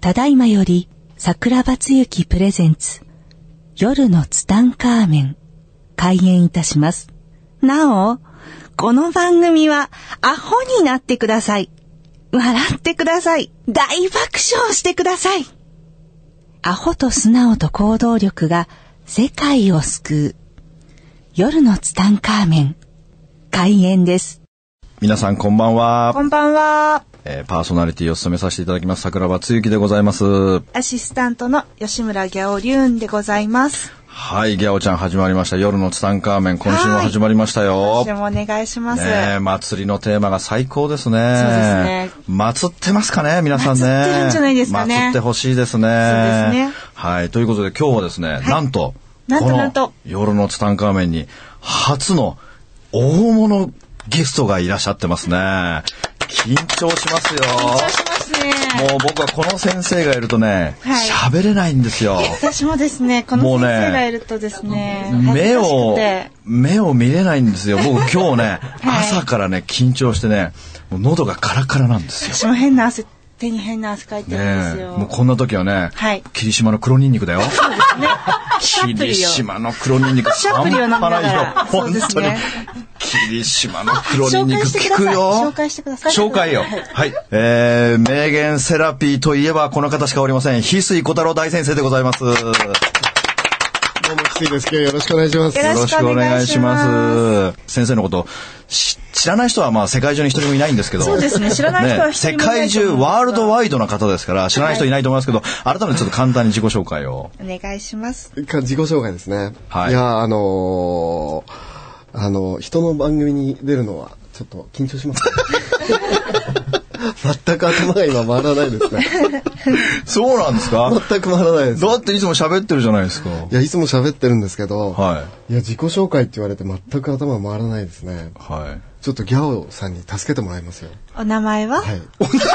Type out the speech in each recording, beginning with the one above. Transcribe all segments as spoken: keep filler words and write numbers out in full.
ただいまより桜庭つゆきプレゼンツ夜のツタンカーメン開演いたします。なお、この番組はアホになってください。笑ってください。大爆笑してください。アホと素直と行動力が世界を救う夜のツタンカーメン開演です。 皆さんこんばんは。 こんばんは。 えー、パーソナリティを務めさせていただきます桜庭つゆきでございます。 アシスタントの吉村ギャオリューンでございます。 はい、ギャオちゃん始まりました。夜のツタンカーメン、今週も始まりましたよ。 今週もお願いします。 ね、祭りのテーマが最高ですね。 そうですね。 祭ってますかね、皆さんね。 祭ってるんじゃないですかね。 祭ってほしいですね。 そうですね。 はい、ということで今日はですね、はい、なんとなんとなんと夜のツタンカーメンに初の大物ゲストがいらっしゃってますね。緊張しますよ。 緊張しますね。 もう僕はこの先生がいるとね、喋、はい、れないんですよ。 私もですね、この先生がいるとですね、 ね、目を目を見れないんですよ。僕今日ね、はい、朝からね緊張してね、もう喉がカラカラなんですよ。 私も変な汗、手に変な汗かいてるんですよ。 ね、もうこんな時はね、はい、霧島の黒ニンニクだよ。 そうですね。 霧島の黒ニンニク半端ないよ。本当に。霧島の黒ニンニク効くよ。 紹介してください。 紹介よ。はい。はい、えー、名言セラピーといえばこの方しかおりません。翡翠小太郎大先生でございます。どうも翡翠ですけどよろしくお願いします。 よろしくお願いします。先生のこと知らない人はまあ世界中に一人もいないんですけど。 そうですね。知らない人は一人もいない、 ね、世界中ワールドワイドな方ですから知らない人いないと思いますけど、はい、改めてちょっと簡単に自己紹介をお願いします。 自己紹介ですね。 はい。 いやあのー、あの人の番組に出るのはちょっと緊張します、ね。全く頭が今回らないですね。 そうなんですか？ 全く回らないです。 だっていつも喋ってるじゃないですか。 いやいつも喋ってるんですけど、 はい、いや自己紹介って言われて全く頭回らないですね。 はい。 ちょっとギャオさんに助けてもらいますよ。 お名前は？ はい。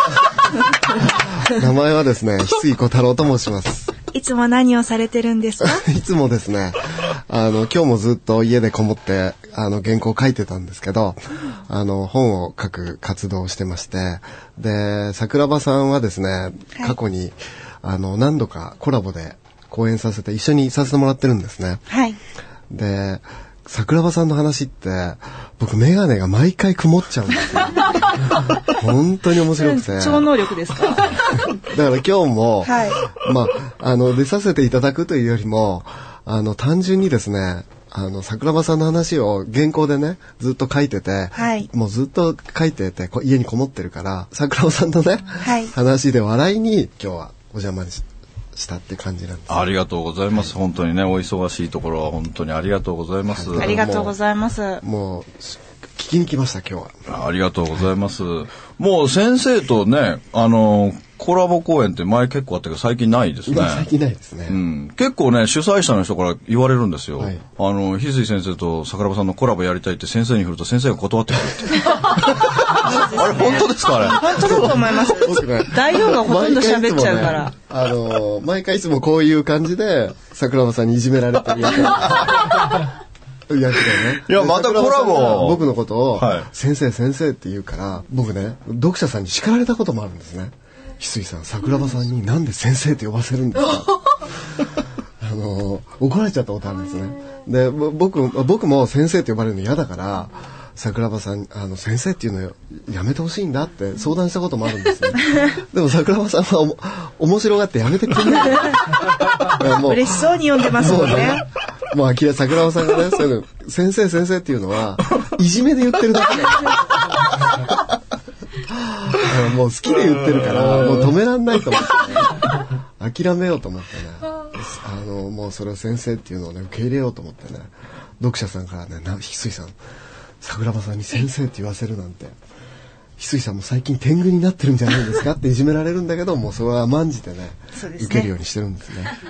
名前はですね、翡翠小太郎と申します。 いつも何をされてるんですか？ いつもですね、あの今日もずっと家でこもってあの原稿を書いてたんですけど、あの本を書く活動をしてまして、で桜庭さんはですね、はい、過去にあの何度かコラボで講演させて一緒にさせてもらってるんですね。 はい。 で桜庭さんの話って僕メガネが毎回曇っちゃうんですよ。本当に面白くて。 超能力ですか？ だから今日も、はい、まああの出させていただくというよりもあの単純にですね、あの桜庭さんの話を原稿でねずっと書いてて、はい、もうずっと書いてて家にこもってるから桜庭さんのね、はい、話で笑いに今日はお邪魔にしたって感じなんです。 ありがとうございます。はい、本当にねお忙しいところは本当にありがとうございます。 はい、ありがとうございます。 もう聞きに来ました今日は。 ありがとうございます。もう先生とねあのコラボ公演って前結構あったけど最近ないですね。 最近ないですね。 うん、結構ね主催者の人から言われるんですよ。はい、あの翡翠先生と桜庭さんのコラボやりたいって先生に振ると先生が断ってくるって。あれ本当ですかあれ？ 本当だと思います。大王がほとんど喋っちゃうから。 ね、あの毎回いつもこういう感じで桜庭さんにいじめられてるやつ。やつだね。 いやまたコラボ僕のことを、はい、先生先生って言うから僕ね読者さんに叱られたこともあるんですね。翡翠さん桜庭さんになんで先生って呼ばせるんですか？あの怒られちゃったことあるんですね。で僕僕も先生って呼ばれるの嫌だから桜庭さんあの先生っていうのやめてほしいんだって相談したこともあるんですね。でも桜庭さんはお面白がってやめてくれない。 嬉しそうに読んでますもんね。 もうあきら桜庭さんがねそういうの先生先生っていうのはいじめで言ってるだけだ。もう好きで言ってるからもう止めらんないと思ってね諦めようと思ってねあのもうそれを先生っていうのをね受け入れようと思ってね読者さんからね翡翠さん桜庭さんに先生って言わせるなんて翡翠さんも最近天狗になってるんじゃないですかっていじめられるんだけどもうそれは甘んじて ね, ね受けるようにしてるんですね。はい、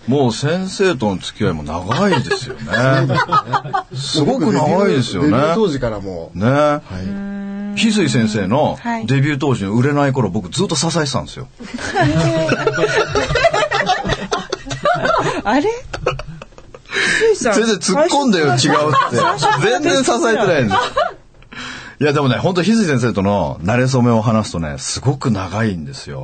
もう先生との付き合いも長いですよね。すごく長いですよね。 デビュー当時からもね、はい、翡翠先生のデビュー当時の売れない頃僕ずっと支えてたんですよ。 あれ先生突っ込んでよ違うって全然支えてないんです。いやでもね本当翡翠先生との馴れ初めを話すとねすごく長いんですよ。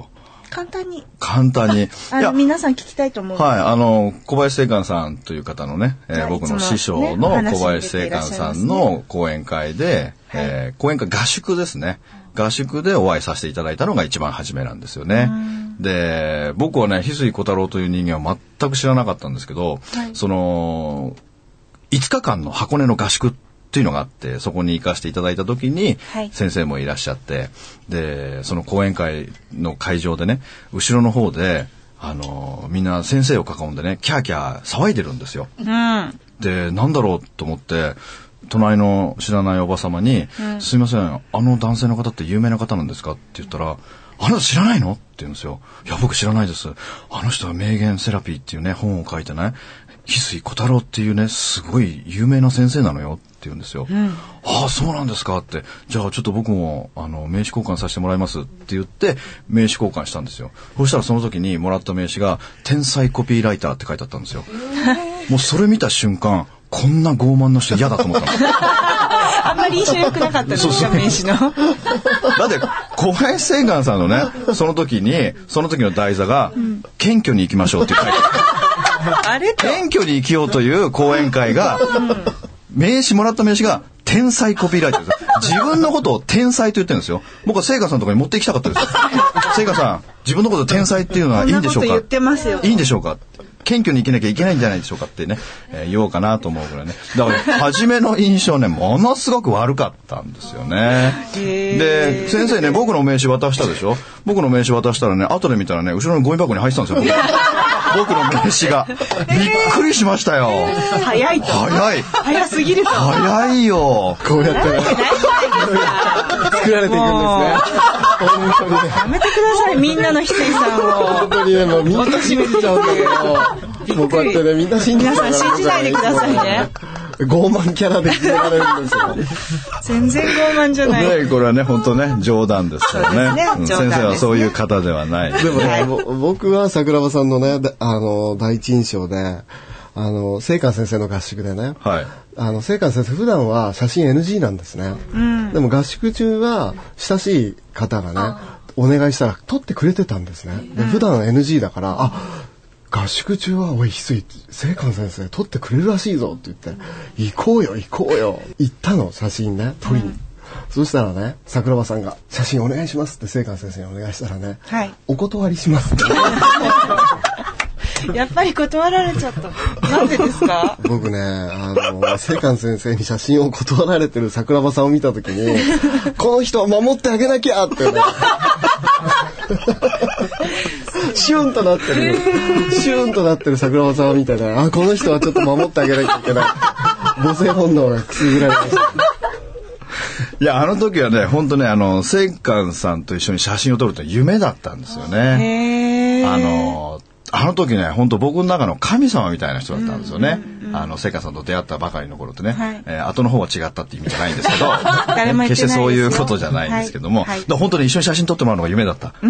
簡単に。 簡単に。 あの、皆さん聞きたいと思う。 はい、あの、小林正観さんという方のね、えー、僕の師匠の小林正観さんの講演会で、はい、えー、講演会合宿ですね。合宿でお会いさせていただいたのが一番初めなんですよね。で、僕はね、翡翠小太郎という人間は全く知らなかったんですけど、はい、その、いつかかんの箱根の合宿っていうのがあって、そこに行かせていただいた時に、先生もいらっしゃって、で、その講演会の会場でね、後ろの方で、あの、みんな先生を囲んでね、キャーキャー騒いでるんですよ。うん、で、なんだろうと思って、隣の知らないおば様に、うん、すいません、あの男性の方って有名な方なんですかって言ったら、あなた知らないのって言うんですよ。いや、僕知らないです。あの人は名言セラピーっていうね、本を書いてね、翡翠小太郎っていうね、すごい有名な先生なのよって言うんですよ。うん、ああ、そうなんですかって。じゃあちょっと僕も、あの、名刺交換させてもらいますって言って、名刺交換したんですよ。そしたらその時にもらった名刺が、天才コピーライターって書いてあったんですよ。もうそれ見た瞬間、こんな傲慢な人嫌だと思ったの。 あんまり印象良くなかったですか、名刺の。 だって小林正観さんのね、その時にその時の題座が、うん、謙虚に行きましょうって書いてある。あれ謙虚に生きようという講演会が、うん、名刺もらった名刺が天才コピーライターです。自分のことを天才と言ってるんですよ。僕は正観さんのところに持って行きたかったですよ。正観さん、自分のことを天才っていうのはいいんでしょうか。 そんなこと言ってますよ。 いいんでしょうか。謙虚に生きなきゃいけないんじゃないでしょうかってね、えー、言おうかなと思うぐらいね。だから初めの印象ね、ものすごく悪かったんですよね。で、先生ね、僕の名刺渡したでしょ。僕の名刺渡したらね、後で見たらね、後ろのゴミ箱に入ってたんですよ。僕の名刺が。びっくりしましたよ。 早いと。 早い。 早すぎると。 早いよ。 こうやってね、作られていくんですね。本当にね。 やめてください、みんなの翡翠さんを。 本当にね、もうみんな信じちゃうんだけど、もうこうやってね、みんな信じちゃう。 皆さん信じないでくださいね。 傲慢キャラで決められるんですよ。 全然傲慢じゃない。 ね、これはね、本当ね、冗談ですからね。ね、うん、先生はそういう方ではない。 でもね、僕は桜庭さんのね、あの、第一印象で、あの、正観先生の合宿でね、はい、あの、正観先生普段は写真 エヌジー なんですね。うん、でも合宿中は親しい方がね、お願いしたら撮ってくれてたんですね。で、普段 エヌジー だから、あ、合宿中はおい翡翠正観先生撮ってくれるらしいぞって言って行こうよ行こうよ行ったの写真ね撮りに、うん、そしたらね桜庭さんが写真お願いしますって正観先生にお願いしたらね、はい、お断りしますってやっぱり断られちゃった。なんでですか？ 僕ね、あの正観先生に写真を断られてる桜庭さんを見たときにこの人を守ってあげなきゃってねシュンとなってる、シュンとなってる桜庭さんを見てね、あ、この人はちょっと守ってあげなきゃいけない母性本能がくすぐられました。 いや、あの時はね、本当ね、あの正観さんと一緒に写真を撮るって夢だったんですよね。あのあの時ね、本当僕の中の神様みたいな人だったんですよね。うんうん、あの正観さんと出会ったばかりの頃ってね、はい、えー、後の方は違ったって意味じゃないんですけど決してそういうことじゃないんですけども、はいはい、本当に一緒に写真撮ってもらうのが夢だった、うん、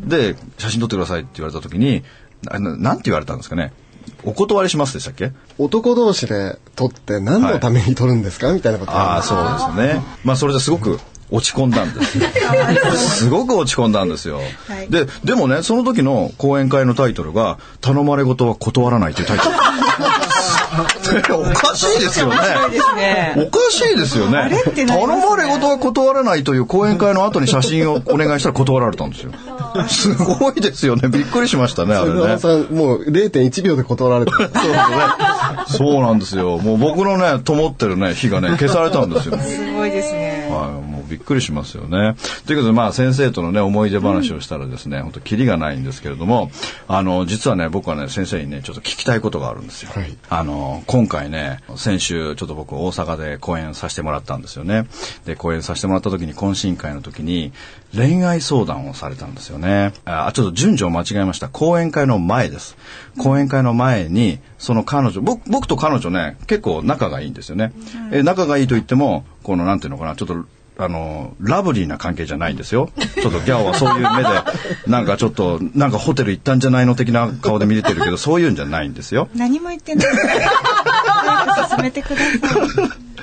で写真撮ってくださいって言われた時に な, なんて言われたんですかね。お断りしますでしたっけ。 男同士で撮って何のために撮るんですか、はい、みたいなことああ、そうですね。まあそれですごく落ち込んだんですすごく落ち込んだんですよ、はい、で, でもねその時の講演会のタイトルが頼まれ事は断らないというタイトルおかしいですよ ね, ねおかしいですよね。頼まれ事は断らないという講演会の後に写真をお願いしたら断られたんですよ。すごいですよね。びっくりしましたね。あれねさんもう れいてんいちびょうで断られてそうですね。 そうなんですよ。もう僕のね灯ってるね火がね消されたんですよ。 すごいですね。 はい、もうびっくりしますよね。ということで、まあ先生とのね思い出話をしたらですね、うん、本当キリがないんですけれども、あの実はね僕はね先生にねちょっと聞きたいことがあるんですよ。はい、あの今回ね先週ちょっと僕大阪で講演させてもらったんですよね。で講演させてもらった時に懇親会の時に恋愛相談をされたんですよね。あ、ちょっと順序を間違えました。講演会の前です。講演会の前にその彼女 僕, 僕と彼女ね結構仲がいいんですよね。うん、え仲がいいと言ってもこのなんていうのかなちょっとあのラブリーな関係じゃないんですよ。ちょっとギャオはそういう目でなんかちょっとなんかホテル行ったんじゃないの的な顔で見れてるけどそういうんじゃないんですよ。 何も言ってない。進めてください。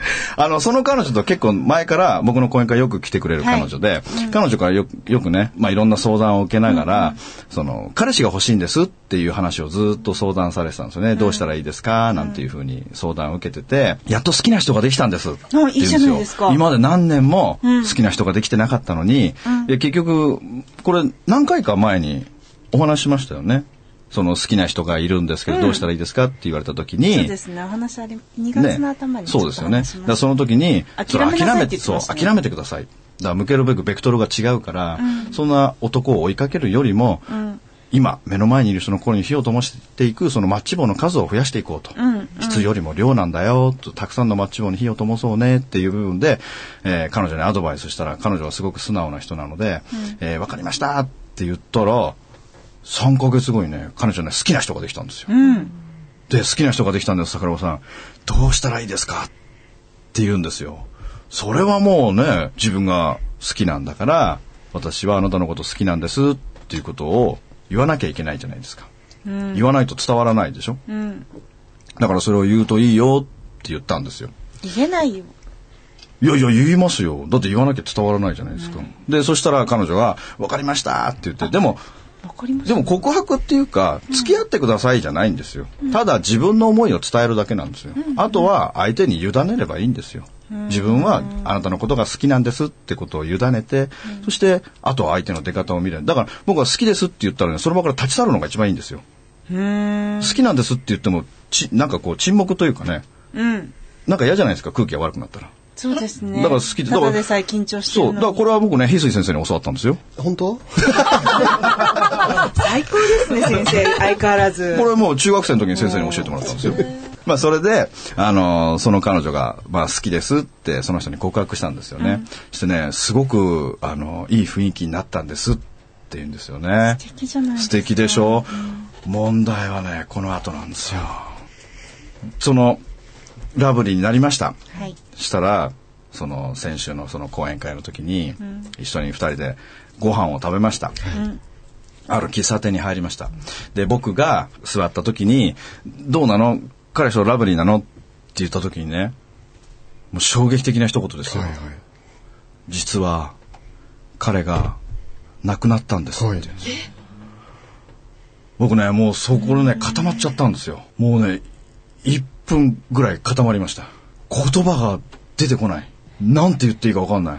あの、その彼女と結構前から僕の講演会よく来てくれる彼女で、はいうん、彼女からよく、よくね、まあ、いろんな相談を受けながら、うん、その、彼氏が欲しいんですっていう話をずっと相談されてたんですよね。うん、どうしたらいいですかなんていうふうに相談を受けてて、やっと好きな人ができたんですって言うんですよ。いいじゃないですか。今まで何年も好きな人ができてなかったのに、うん、で結局、これ何回か前にお話ししましたよね。その好きな人がいるんですけど、うん、どうしたらいいですかって言われた時に、 そうですね。お話ありにがつの頭に、 ね、そうですよね。だからその時に諦めなさいって言ってましたね。 そう諦めてください。だから向けるべくベクトルが違うから、うん、そんな男を追いかけるよりも、うん、今目の前にいる人の心に火を灯していくそのマッチ棒の数を増やしていこうと、うんうん、質よりも量なんだよと、たくさんのマッチ棒に火を灯そうねっていう部分で、えー、彼女にアドバイスしたら、彼女はすごく素直な人なので、うんえー、分かりましたって言ったらさんかげつごにね、彼女ね、好きな人ができたんですよ。うん、で、好きな人ができたんです、桜庭さん。どうしたらいいですかって言うんですよ。それはもうね、自分が好きなんだから、私はあなたのこと好きなんですっていうことを言わなきゃいけないじゃないですか。うん、言わないと伝わらないでしょ。うん、だからそれを言うといいよって言ったんですよ。 言えないよ。 いやいや言いますよ。だって言わなきゃ伝わらないじゃないですか。うん、で、そしたら彼女が分かりましたって言って、でもでも告白っていうか付き合ってくださいじゃないんですよ、うん、ただ自分の思いを伝えるだけなんですよ、うん、あとは相手に委ねればいいんですよ、うん、自分はあなたのことが好きなんですってことを委ねて、うん、そしてあとは相手の出方を見る。だから僕は好きですって言ったらね、その場から立ち去るのが一番いいんですよ。うん好きなんですって言ってもちなんかこう沈黙というかね、うん、なんか嫌じゃないですか、空気が悪くなったら。 そうですね。 だから好きで、 ただでさえ緊張してるのに。 そう、だからこれは僕ね、翡翠先生に教わったんですよ。 本当？ 最高ですね、先生。相変わらず。 これもう中学生の時に先生に教えてもらったんですよ。まあそれで、あのー、その彼女が、まあ好きですってその人に告白したんですよね。うん、そしてね、すごく、あの、いい雰囲気になったんですって言うんですよね。 素敵じゃないですか。 素敵でしょ、うん、問題はね、この後なんですよ。その、ラブリーになりました、はい、したらその先週のその講演会の時に、うん、一緒に二人でご飯を食べました、うん、ある喫茶店に入りました。で僕が座った時にどうなの彼氏とラブリーなのって言った時にね、もう衝撃的な一言ですよ、はいはい、実は彼が亡くなったんですって言うんですよ、はい、僕ねもうそこでね固まっちゃったんですよ。もうねいっぷんぐらい固まりました。言葉が出てこない。なんて言っていいか分かんない。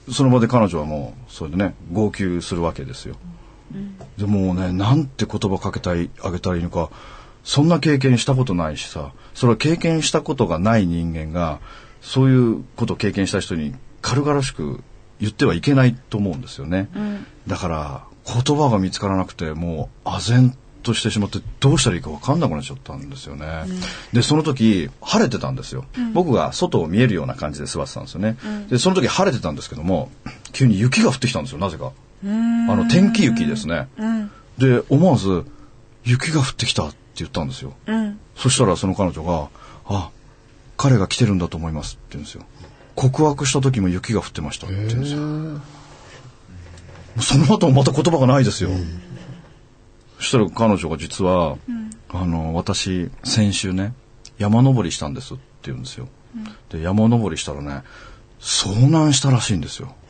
その場で彼女はもうそれでね号泣するわけですよ、うん、でもうねなんて言葉かけたいあげたらいいのか、そんな経験したことないしさ、それを経験したことがない人間がそういうことを経験した人に軽々しく言ってはいけないと思うんですよね、うん、だから言葉が見つからなくてもう唖然としてしまってどうしたらいいか分かんなくなっちゃったんですよね、うん、でその時晴れてたんですよ、うん、僕が外を見えるような感じで座ってたんですよね、うん、でその時晴れてたんですけども急に雪が降ってきたんですよ。なぜかあの天気雪ですね、うん、で思わず雪が降ってきたって言ったんですよ、うん、そしたらその彼女があ彼が来てるんだと思いますって言うんですよ。告白した時も雪が降ってましたって言うんですよ。その後もまた言葉がないですよ、うんそしたら彼女が実は、うん、あの私先週ね山登りしたんですって言うんですよ、うん、で山登りしたらね遭難したらしいんですよ、はい、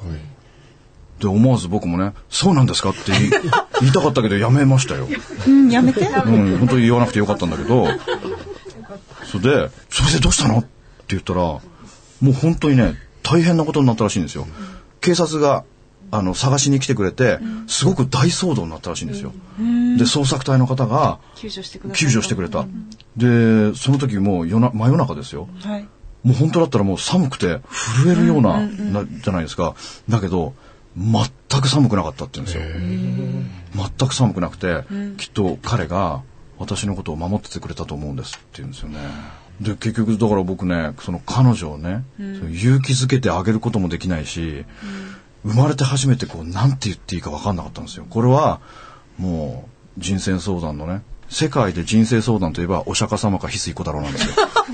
で思わず僕もねそうなんですかって言い, 言いたかったけどやめましたよ、 うん、やめて、 うん、本当に言わなくてよかったんだけどそれでそれでどうしたのって言ったらもう本当にね大変なことになったらしいんですよ、うん、警察があの探しに来てくれて、うん、すごく大騒動になったらしいんですよ、うん、で捜索隊の方が救助してくれた、 救助してくれた、うん、でその時もう夜な真夜中ですよ、はい、もう本当だったらもう寒くて震えるような、うんうんうん、なじゃないですか。だけど全く寒くなかったって言うんですよ。全く寒くなくて、うん、きっと彼が私のことを守っててくれたと思うんですって言うんですよね。で結局だから僕ねその彼女をね、うん、勇気づけてあげることもできないし、うん、生まれて初めてこうなんて言っていいか分かんなかったんですよ。これはもう人生相談のね、世界で人生相談といえばお釈迦様か翡翠小太郎なんですよ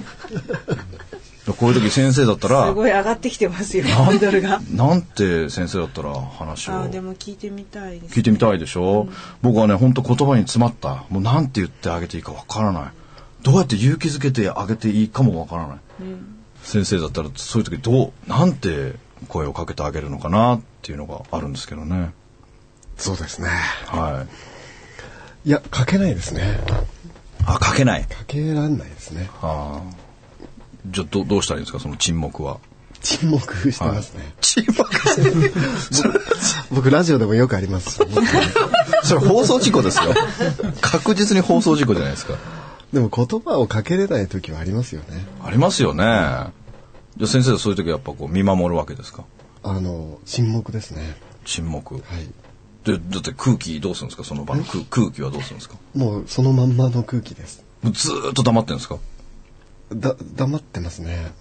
こういう時先生だったらすごい上がってきてますよハンドルがなんて先生だったら話をあでも聞いてみたいです、ね、 聞いてみたいでしょ、うん、僕はね本当言葉に詰まったもうなんて言ってあげていいかわからない、どうやって勇気づけてあげていいかもわからない、うん、 先生だったらそういう時どうなんて声をかけてあげるのかなっていうのがあるんですけどね。 そうですね。 はい。 いや、かけないですね。 あ、かけない。 かけらんないですね。 ああ。じゃあどどうしたらいいんですか、その沈黙は。 沈黙してますね。はい、 沈黙してる。 僕ラジオでもよくあります。 それ放送事故ですよ。確実に放送事故じゃないですか。 でも言葉をかけれない時はありますよね。 ありますよね。じゃあ先生はそういう時はやっぱこう見守るわけですか。 あの沈黙ですね。 沈黙。 はい。 でだって空気どうするんですか、その場の空空気はどうするんですか。 もうそのまんまの空気です。 ずーっと黙ってるんですか。 だ黙ってますね。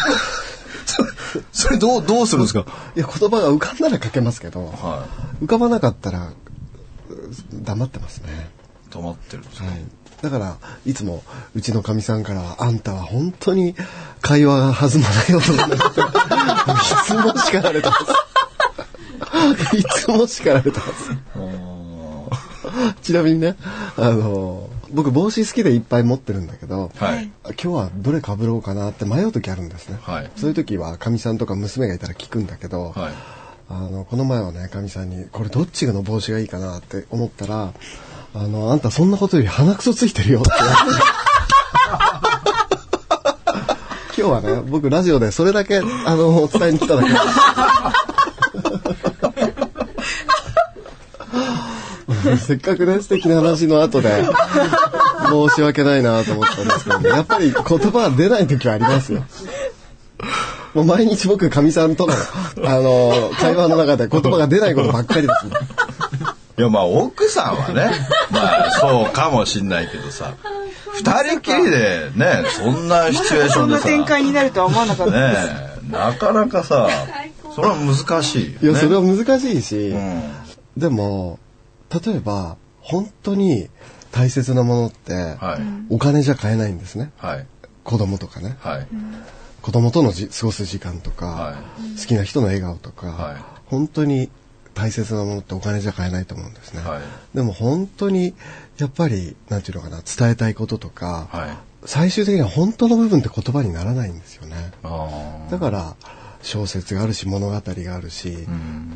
それどうどうするんですか。 いや、言葉が浮かんだらかけますけど、はい、浮かばなかったら黙ってますね。 黙ってるんですか。 はい。だからいつもうちのかみさんから「あんたは本当に会話が弾まないよ」とかいつも叱られたんですいつも叱られたんですちなみにね、あの僕帽子好きでいっぱい持ってるんだけど、はい、今日はどれかぶろうかなって迷う時あるんですね、はい、そういう時はかみさんとか娘がいたら聞くんだけど、はい、あのこの前はねかみさんに「これどっちの帽子がいいかな?」って思ったら「あのあんたそんなことより鼻くそついてるよ」って今日はね僕ラジオでそれだけあのお伝えに来ただけせっかくね素敵な話の後で申し訳ないなと思ったんですけど、ね、やっぱり言葉は出ない時はありますよ。もう毎日僕かみさんとのあの会話の中で言葉が出ないことばっかりですね。 いやまあ奥さんはねまあそうかもしんないけどさ、二人きりでねそんなシチュエーションでさ、 そんな展開になるとは思わなかったです。 ねなかなかさそれは難しいよね。 いやそれは難しいし、うん、でも例えば本当に大切なものって、はい、お金じゃ買えないんですね、はい、子供とかね、はい、子供とのじ過ごす時間とか、はい、好きな人の笑顔とか、はい、本当に大切なものってお金じゃ買えないと思うんですね、はい、でも本当にやっぱりなんていうのかな伝えたいこととか、はい、最終的には本当の部分って言葉にならないんですよね。あだから小説があるし物語があるし、うん、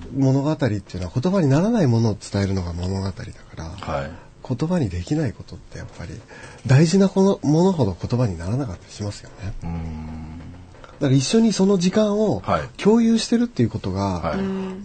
物語っていうのは言葉にならないものを伝えるのが物語だから、はい、言葉にできないことってやっぱり大事なものほど言葉にならなかったりしますよね。うんだから一緒にその時間を共有してるっていうことが、はい、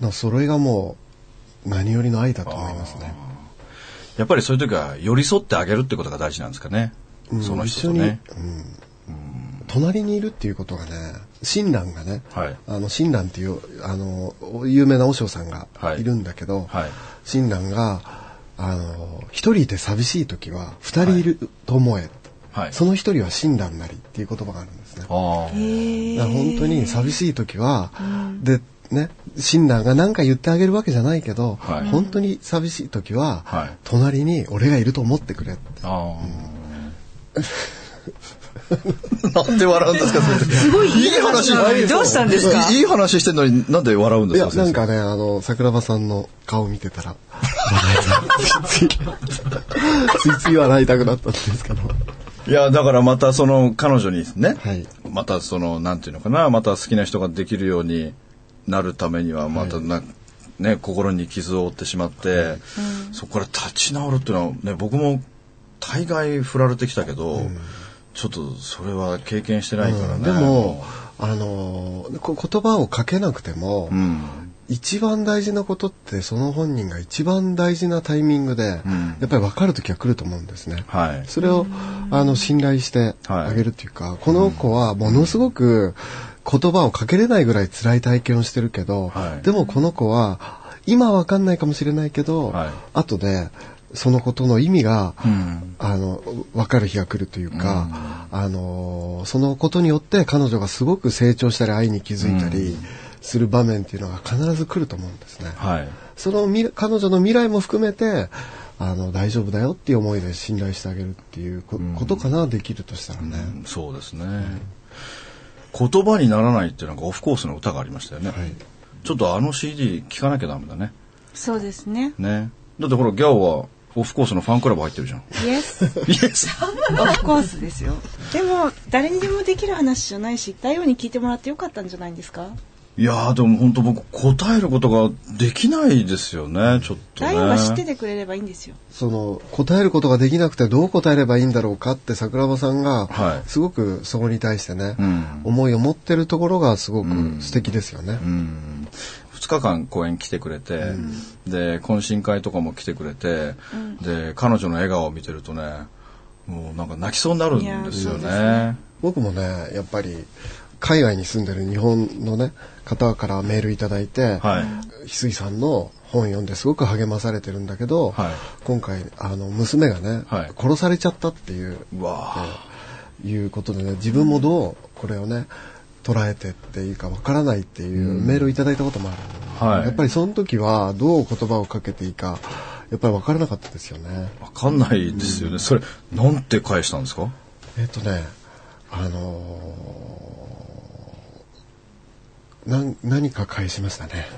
それがもう何よりの愛だと思いますね。 やっぱりそういう時は寄り添ってあげるってことが大事なんですかね、うん、その人とね、一緒に、うんうん、 隣にいるっていうことがね、親鸞がね、はい、あの親鸞っていうあの有名な和尚さんがいるんだけど、はいはい、親鸞があの一人いて寂しい時は二人いると思え、はい、その一人は親鸞なりっていう言葉があるんですね。あーだから本当に寂しい時は、うん、でね親鸞が何か言ってあげるわけじゃないけど、はい、本当に寂しい時は、はい、隣に俺がいると思ってくれって。あなんで笑うんですかそれ。 すごいいい話なのにどうしたんですか。 いい話してるのになんで笑うんですか。 いやなんかねあの桜庭さんの顔見てたらついつい笑いたくなったんですけど。 いやだからまたその彼女にね、はい、またそのなんていうのかなまた好きな人ができるようになるためにはまたな、はい、ね心に傷を負ってしまって、はい、そこから立ち直るっていうのはね僕も大概振られてきたけど、うん、ちょっとそれは経験してないからね、うん、 でもあの言葉をかけなくても、うん、一番大事なことってその本人が一番大事なタイミングで、うん、やっぱり分かる時は来ると思うんですね、はい、それをあの信頼してあげるっていうか、はい、この子はものすごく言葉をかけれないぐらい辛い体験をしてるけど、はい、でもこの子は今は分かんないかもしれないけど、はい、後でそのことの意味が、うん、あの分かる日が来るというか、うん、あのそのことによって彼女がすごく成長したり愛に気づいたりする場面っていうのが必ず来ると思うんですね、はい、その彼女の未来も含めてあの大丈夫だよっていう思いで信頼してあげるっていう こ,、うん、ことかなできるとしたらね、 うん、そうですね、うん、言葉にならないっていうのがオフコースの歌がありましたよね、はい、ちょっとあの シーディー 聞かなきゃダメだね。 そうですね。 ねだってほらギャオはオフコースのファンクラブ入ってるじゃん。 イエス。 イエス。 オフコースですよ。でも誰にでもできる話じゃないし、言ったように聞いてもらってよかったんじゃないんですか。 いやーでも本当僕答えることができないですよね。ちょっとね。 ラインは知っててくれればいいんですよ。 その答えることができなくてどう答えればいいんだろうかって桜庭さんがすごくそこに対してね、うん、思いを持ってるところがすごく素敵ですよね。うんうんふつかかん公演来てくれて、うん、で懇親会とかも来てくれて、うん、で彼女の笑顔を見てるとねもうなんか泣きそうになるんですよね。ね僕もねやっぱり海外に住んでる日本のね方からメールいただいて、はい、翡翠さんの本読んですごく励まされてるんだけど、はい、今回あの娘がね、はい、殺されちゃったっていう、うわー、いうことでね自分もどうこれをね捉えてっていうかわからないっていうメールをいただいたこともある、はい、やっぱりその時はどう言葉をかけていいかやっぱりわからなかったですよね。 わかんないですよね、うん、それなんて返したんですか。 えっとねあのー、な何か返しましたね。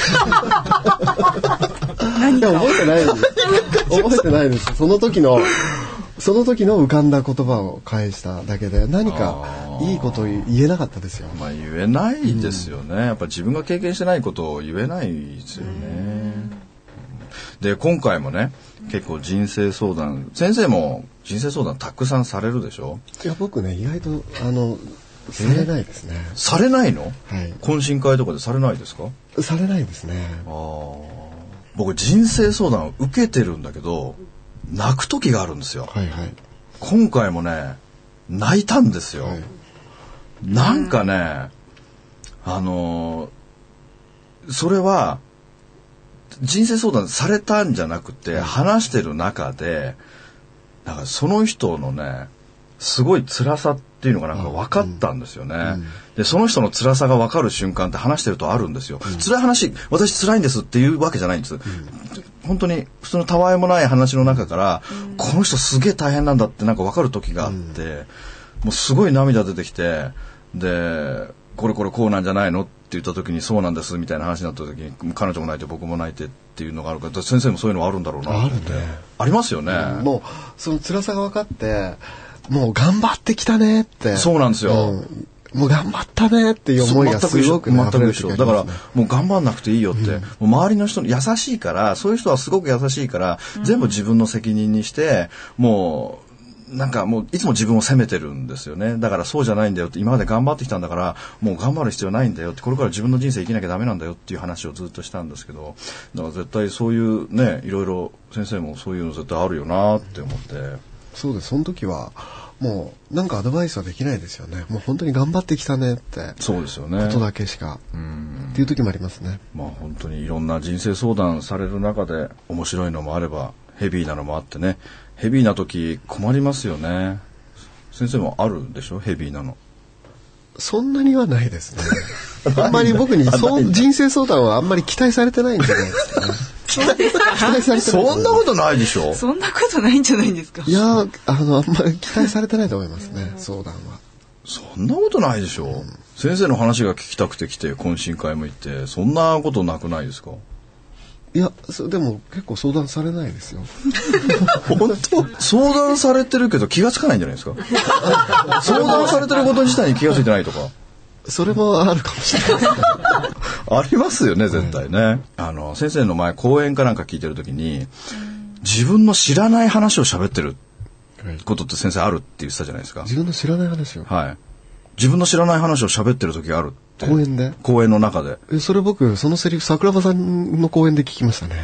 何か覚えてないです覚えてないです。その時のその時の浮かんだ言葉を返しただけで何かいいこと言えなかったですよ。 まあ言えないですよね、うん、やっぱ自分が経験してないことを言えないですよね。で今回もね結構人生相談先生も人生相談たくさんされるでしょ。 いや僕ね意外とあのされないですね。 されないの、 はい、 懇親会とかでされないですか。 されないですね。 あ僕人生相談を受けてるんだけど泣く時があるんですよ、 はいはい、 今回もね泣いたんですよ、はい、なんかねあのー、それは人生相談されたんじゃなくて、はい、話してる中でなんかその人のねすごい辛さっていうのがなんか分かったんですよね、うん、でその人の辛さが分かる瞬間って話してるとあるんですよ、うん、辛い話私辛いんですっていうわけじゃないんです、うん、本当に普通のたわいもない話の中から、うん、この人すげえ大変なんだってなんか分かる時があって、うん、もうすごい涙出てきてでこれこれこうなんじゃないのって言った時にそうなんですみたいな話になった時に彼女も泣いて僕も泣いてっていうのがあるから先生もそういうのあるんだろうなって。あるね。ありますよね、 うん、もうその辛さが分かってもう頑張ってきたねって。 そうなんですよ、 うん、もう頑張ったねっていう思いがすごく、ね、 全く一緒、ね、だからもう頑張んなくていいよって、うん、もう周りの人優しいからそういう人はすごく優しいから、うん、全部自分の責任にしてもうなんかもういつも自分を責めてるんですよね。だからそうじゃないんだよって今まで頑張ってきたんだからもう頑張る必要ないんだよってこれから自分の人生生きなきゃダメなんだよっていう話をずっとしたんですけどだから絶対そういうねいろいろ先生もそういうの絶対あるよなって思って、うん、 そうです。その時はもうなんかアドバイスはできないですよね。もう本当に頑張ってきたねってそうですよねことだけしかうんっていう時もありますね。 まあ本当にいろんな人生相談される中で面白いのもあればヘビーなのもあってねヘビーな時困りますよね。先生もあるでしょヘビーなの。 そんなにはないですね。あんまり僕にそう人生相談はあんまり期待されてないんじゃないですかね。 そうですか。期待されてない。 そんなことないでしょ。 そんなことないんじゃないんですか。 いやあのあんまり期待されてないと思いますね相談は。 そんなことないでしょ、うん、先生の話が聞きたくて来て懇親会も行ってそんなことなくないですか。 いやそでも結構相談されないですよ。 本当相談されてるけど気がつかないんじゃないですか。相談されてること自体に気がついてないとか。 それもあるかもしれない。 ありますよね絶対ね、うん、あの先生の前講演かなんか聞いてる時に自分の知らない話を喋ってることって先生あるって言ってたじゃないですか。 自分の知らない話を。 はい。自分の知らない話を喋ってる時があるって。 講演で講演の中で。 えそれ僕そのセリフ桜庭さんの講演で聞きましたね。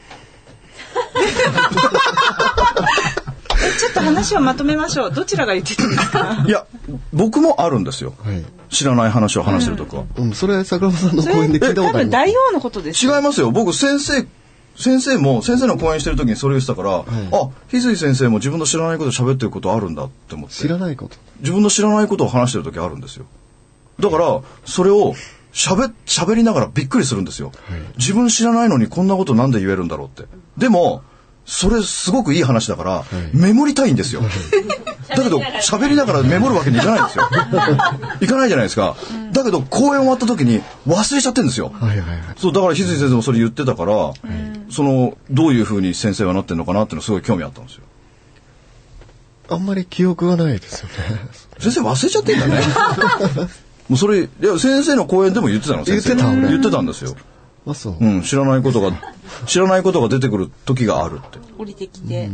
ちょっと話をまとめましょう。どちらが言ってたんですか。 いや僕もあるんですよ、はい、知らない話を話してる時は、 うんうん、それ桜庭さんの講演で聞いたことあります。多分大王のことです。 違いますよ。僕先生先生も先生の講演してる時にそれ言ってたから、はい、あ翡翠先生も自分の知らないこと喋ってることあるんだって思って。 知らないこと自分の知らないことを話してる時あるんですよ。だからそれをしゃべ喋りながらびっくりするんですよ、はい、自分知らないのにこんなことなんで言えるんだろうって。でもそれすごくいい話だから、はい、メモりたいんですよ、はい、だけど喋りながらメモるわけにいかないんですよ。いかないじゃないですか、うん、だけど講演終わった時に忘れちゃってるんですよ、はいはいはい、そうだから翡翠先生もそれ言ってたから、はい、 そのどういうふうに先生はなってるのかなっていうのすごい興味あったんですよ。 あんまり記憶がないですよね。 先生忘れちゃってんだね。もうそれいや先生の講演でも言ってたの先生が言ってた言ってたんですよ。 あ、そう。 うん、知らないことが知らないことが出てくる時があるって。 降りてきて。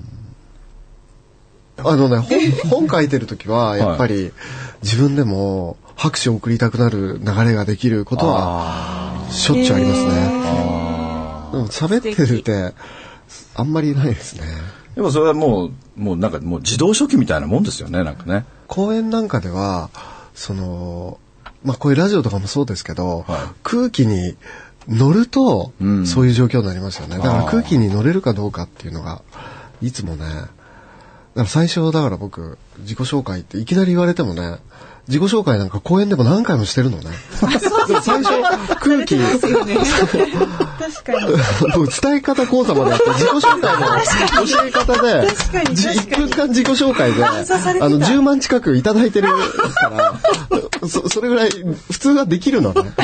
あのね、本、本書いてる時は、やっぱり、自分でも拍手を送りたくなる流れができることは、しょっちゅうありますね。でも喋ってるって、あんまりないですね。 でもそれはもう、もうなんかもう自動書記みたいなもんですよね、なんかね。 講演なんかでは、その、まあこういうラジオとかもそうですけど、はい、空気に乗ると、そういう状況になりますよね。だから空気に乗れるかどうかっていうのが、いつもね、だから最初だから僕自己紹介っていきなり言われてもね、自己紹介なんか講演でも何回もしてるのね。最初空気ですよね。確かに。 伝え方講座までやって自己紹介の教え方で確かに確かにいっぷんかん自己紹介であのじゅうまん近くいただいてるからそ, それぐらい普通はできるのね。 確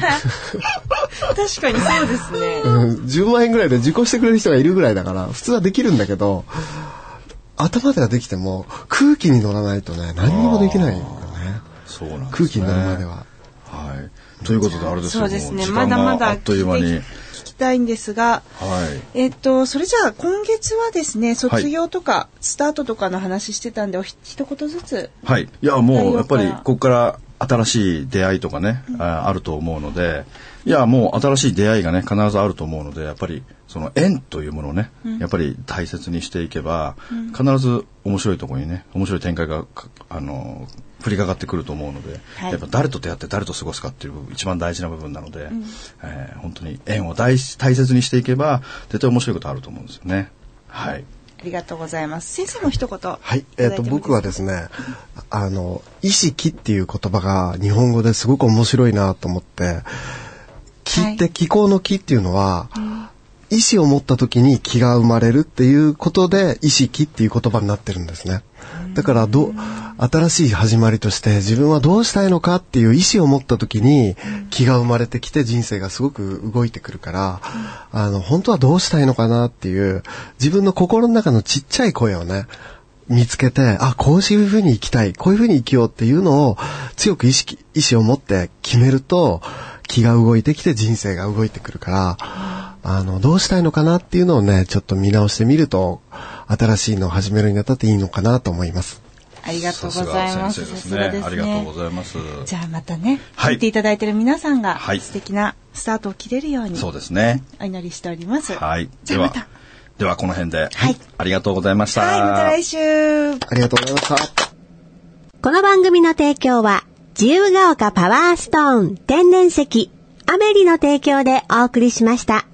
かにそうですね、 うん。じゅうまんえんぐらいで受講してくれる人がいるぐらいだから普通はできるんだけど、頭ではできても空気に乗らないとね何にもできないよね。 そうなんですね。 空気になるまでは。 はい。ということであれですよ。 そうですね。 もうまだまだあっという間に聞きたいんですが、はい。えっとそれじゃあ今月はですね、卒業とか、はい、スタートとかの話してたんで、おひ一言ずつ。 はい。いやもうやっぱりここから新しい出会いとかね、うん、あ, あると思うので、いやもう新しい出会いがね必ずあると思うので、やっぱりその縁というものをね、うん、やっぱり大切にしていけば、うん、必ず面白いところにね、面白い展開があの降りかかってくると思うので、はい、やっぱ誰と出会って誰と過ごすかっていう一番大事な部分なので、うん、えー、本当に縁を大大切にしていけば絶対面白いことあると思うんですよね。はい。 ありがとうございます。先生も一言。 はい。えっと僕はですね、あの意識っていう言葉が日本語ですごく面白いなと思って、気って気候の気っていうのは、はい、意志を持った時に気が生まれるっていうことで意識っていう言葉になってるんですね。だからど新しい始まりとして自分はどうしたいのかっていう意志を持った時に気が生まれてきて人生がすごく動いてくるから、あの本当はどうしたいのかなっていう自分の心の中のちっちゃい声をね見つけて、あ、こういうふうに生きたい、こういうふうに生きようっていうのを強く意識意志を持って決めると気が動いてきて人生が動いてくるから、あのどうしたいのかなっていうのをねちょっと見直してみると新しいのを始めるにあたっていいのかなと思います。 ありがとうございます。 先生ですね。ありがとうございます。 じゃあまたね、はい、聞いていただいている皆さんが、 はい、 素敵なスタートを切れるように、 そうですね。 お祈りしております。 はい。 じゃあまた。 ではこの辺で、はい、ありがとうございました。 はい、また来週。 ありがとうございました。 この番組の提供は自由が丘パワーストーン天然石アメリの提供でお送りしました。